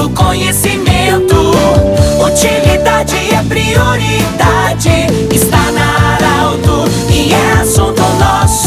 do conhecimento. Utilidade é prioridade. Está na Arauto e é assunto nosso.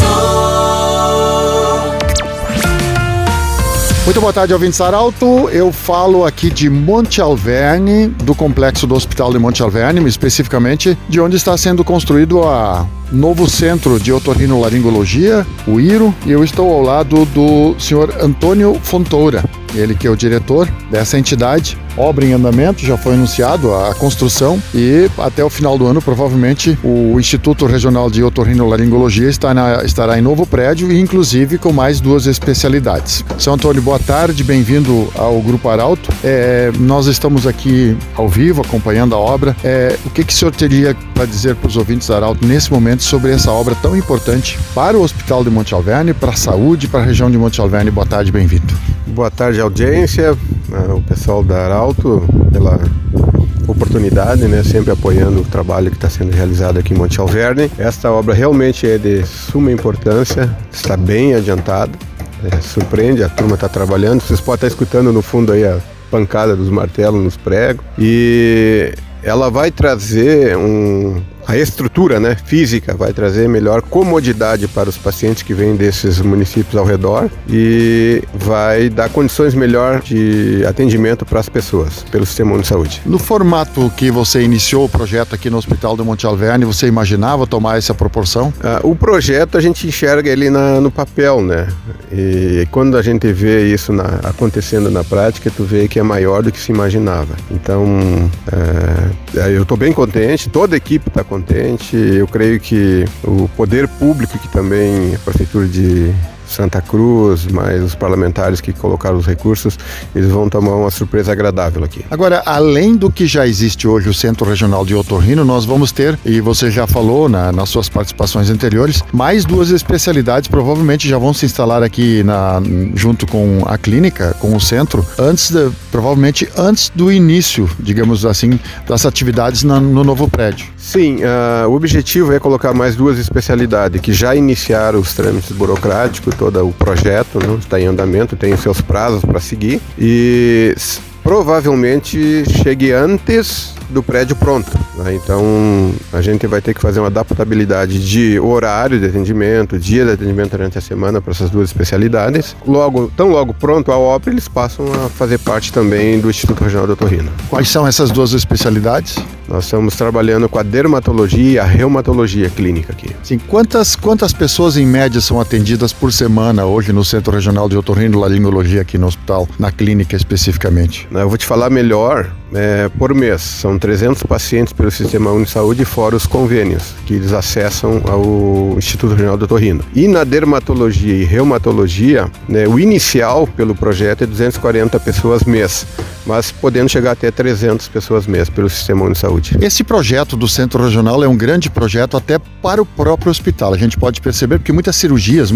Muito boa tarde, ouvintes Arauto. Eu falo aqui de Monte Alverne, do complexo do Hospital de Monte Alverne, especificamente de onde está sendo construído o novo Centro de Otorrinolaringologia, o IRO, e eu estou ao lado do senhor Antônio Fontoura, ele que é o diretor dessa entidade. Obra em andamento, já foi anunciado a construção e até o final do ano, provavelmente, o Instituto Regional de Otorrinolaringologia estará em novo prédio e inclusive com mais 2 especialidades. Seu Antônio, boa tarde, bem-vindo ao Grupo Arauto. Nós estamos aqui ao vivo acompanhando a obra. O que o senhor teria para dizer para os ouvintes da Arauto nesse momento sobre essa obra tão importante para o Hospital de Monte Alverne, para a saúde, para a região de Monte Alverne? Boa tarde, bem-vindo. Boa tarde, audiência, o pessoal da Arauto, pela oportunidade, sempre apoiando o trabalho que está sendo realizado aqui em Monte Alverne. Esta obra realmente é de suma importância, está bem adiantada, surpreende, a turma está trabalhando, vocês podem estar escutando no fundo aí a pancada dos martelos nos pregos, e ela vai trazer a estrutura física, vai trazer melhor comodidade para os pacientes que vêm desses municípios ao redor e vai dar condições melhor de atendimento para as pessoas, pelo Sistema Único de Saúde. No formato que você iniciou o projeto aqui no Hospital de Monte Alverne, você imaginava tomar essa proporção? O projeto a gente enxerga ele no papel, E quando a gente vê isso acontecendo na prática, tu vê que é maior do que se imaginava. Então, eu estou bem contente, toda a equipe está contente. Eu creio que o poder público, que também a Prefeitura de Santa Cruz, mais os parlamentares que colocaram os recursos, eles vão tomar uma surpresa agradável aqui. Agora, além do que já existe hoje, o Centro Regional de Otorrino, nós vamos ter, e você já falou nas suas participações anteriores, mais 2 especialidades provavelmente já vão se instalar aqui junto com a clínica, com o centro, provavelmente antes do início, digamos assim, das atividades no novo prédio. Sim, o objetivo é colocar mais 2 especialidades que já iniciaram os trâmites burocráticos, todo o projeto está em andamento, tem os seus prazos para seguir e provavelmente chegue antes do prédio pronto. Então a gente vai ter que fazer uma adaptabilidade de horário de atendimento, dia de atendimento durante a semana para essas 2 especialidades. Tão logo pronto a obra, eles passam a fazer parte também do Instituto Regional de Otorrino. Quais são essas 2 especialidades? Nós estamos trabalhando com a dermatologia e a reumatologia clínica aqui. Sim, quantas pessoas em média são atendidas por semana hoje no Centro Regional de Otorrinolaringologia aqui no hospital, na clínica especificamente? Eu vou te falar melhor, por mês. São 300 pacientes pelo Sistema Único de Saúde, fora os convênios que eles acessam ao Instituto Regional de Otorrino. E na dermatologia e reumatologia, o inicial pelo projeto é 240 pessoas mês, mas podendo chegar até 300 pessoas mês pelo Sistema Único de Saúde. Esse projeto do Centro Regional é um grande projeto até para o próprio hospital. A gente pode perceber porque muitas cirurgias,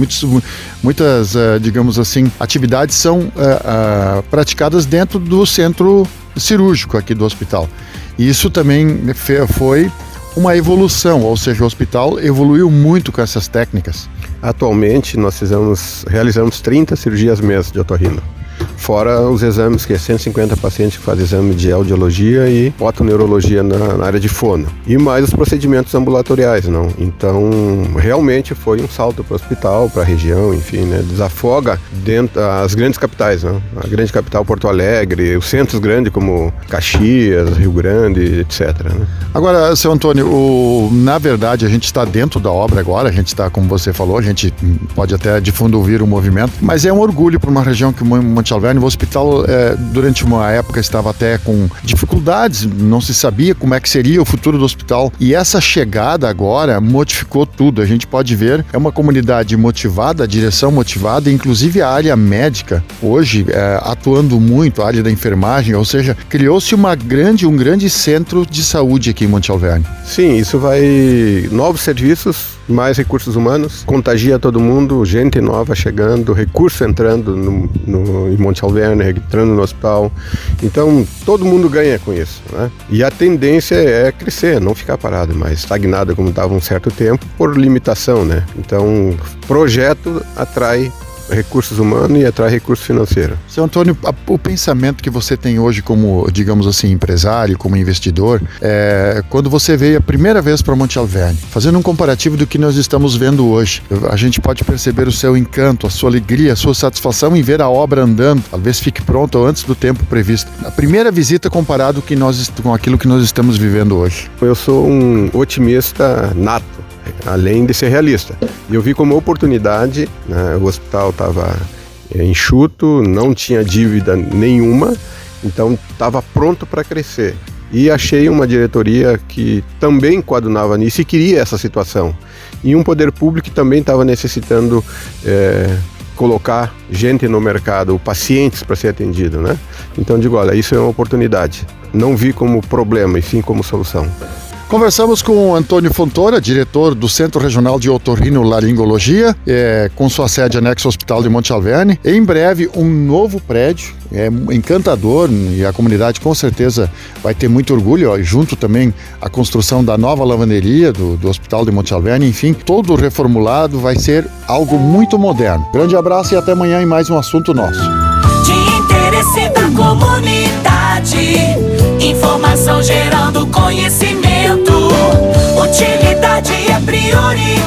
muitas digamos assim, atividades são praticadas dentro do centro cirúrgico aqui do hospital. E isso também foi uma evolução, ou seja, o hospital evoluiu muito com essas técnicas. Atualmente nós realizamos 30 cirurgias mês de otorrino. Fora os exames, que é 150 pacientes que fazem exame de audiologia e otoneurologia na área de fono. E mais os procedimentos ambulatoriais, Então, realmente foi um salto para o hospital, para a região, enfim, desafoga dentro as grandes capitais, A grande capital, Porto Alegre, os centros grandes como Caxias, Rio Grande, etc. Agora, seu Antônio, na verdade, a gente está dentro da obra agora, a gente está, como você falou, a gente pode até de fundo ouvir o movimento, mas é um orgulho para uma região que Monte Alverne. O hospital, durante uma época, estava até com dificuldades, não se sabia como é que seria o futuro do hospital. E essa chegada agora modificou tudo. A gente pode ver, é uma comunidade motivada, a direção motivada, inclusive a área médica, hoje, atuando muito, a área da enfermagem, ou seja, criou-se um grande centro de saúde aqui em Monte Alverne. Sim, isso vai... Novos serviços, mais recursos humanos, contagia todo mundo, gente nova chegando, recurso entrando em Monte Alverne, entrando no hospital. Então, todo mundo ganha com isso, E a tendência é crescer, não ficar parado, mas estagnado como estava um certo tempo, por limitação, Então, projeto atrai recursos humanos e atrai recurso financeiro. Seu Antônio, o pensamento que você tem hoje como, digamos assim, empresário, como investidor, quando você veio a primeira vez para Monte Alverne, fazendo um comparativo do que nós estamos vendo hoje, a gente pode perceber o seu encanto, a sua alegria, a sua satisfação em ver a obra andando, talvez fique pronta antes do tempo previsto. A primeira visita comparado com aquilo que nós estamos vivendo hoje. Eu sou um otimista nato, além de ser realista. E eu vi como oportunidade, né, o hospital estava enxuto, não tinha dívida nenhuma, então estava pronto para crescer. E achei uma diretoria que também coadunava nisso e queria essa situação. E um poder público que também estava necessitando colocar gente no mercado, pacientes para ser atendido, né? Então digo, olha, isso é uma oportunidade. Não vi como problema, e sim como solução. Conversamos com Antônio Fontoura, diretor do Centro Regional de Otorrinolaringologia, com sua sede anexo ao Hospital de Monte Alverne. Em breve, um novo prédio, encantador, e a comunidade com certeza vai ter muito orgulho, e junto também a construção da nova lavanderia do Hospital de Monte Alverne. Enfim, todo reformulado, vai ser algo muito moderno. Grande abraço e até amanhã em mais um assunto nosso. De interesse da comunidade, informação gerando conhecimento. Utilidade é prioridade.